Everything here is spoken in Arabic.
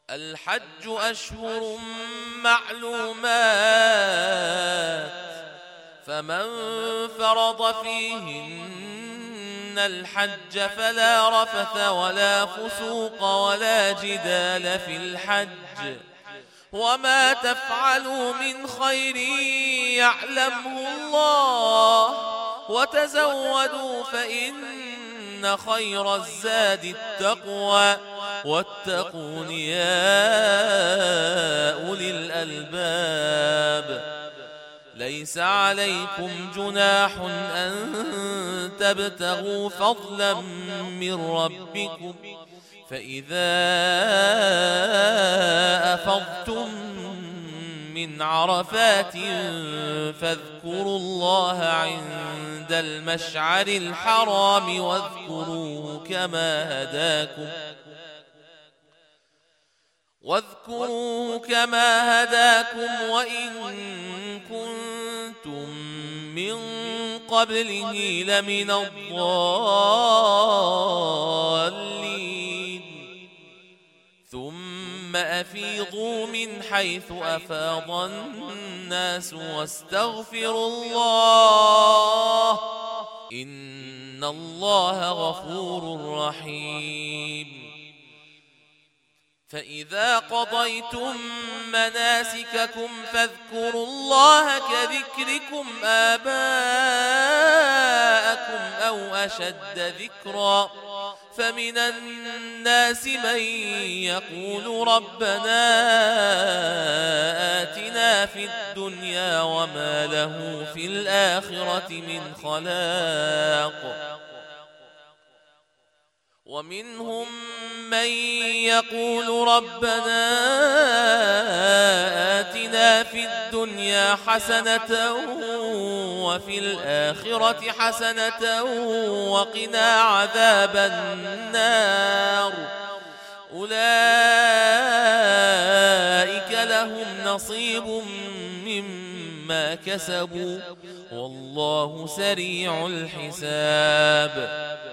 الحج أشهر معلومات، فمن فرض فيهن الحج فلا رفث ولا فسوق ولا جدال في الحج، وما تفعلوا من خير يعلمه الله، وتزودوا فإن خير الزاد التقوى، واتقون يا أولي الألباب. ليس عليكم جناح أن تبتغوا فضلا من ربكم، فإذا أفضتم من عرفات فاذكروا الله عند المشعر الحرام واذكروه كما هداكم وإن كنتم من قبله لمن الضالين. ثم أفيضوا من حيث أفاض الناس واستغفروا الله، إن الله غفور رحيم. فإذا قضيتم مناسككم فاذكروا الله كذكركم آباءكم أو أشد ذكرا، فمن الناس من يقول ربنا آتنا في الدنيا وما له في الآخرة من خلاق، ومنهم من يقول ربنا آتنا في الدنيا حسنة وفي الآخرة حسنة وقنا عذاب النار. أولئك لهم نصيب مما كسبوا والله سريع الحساب.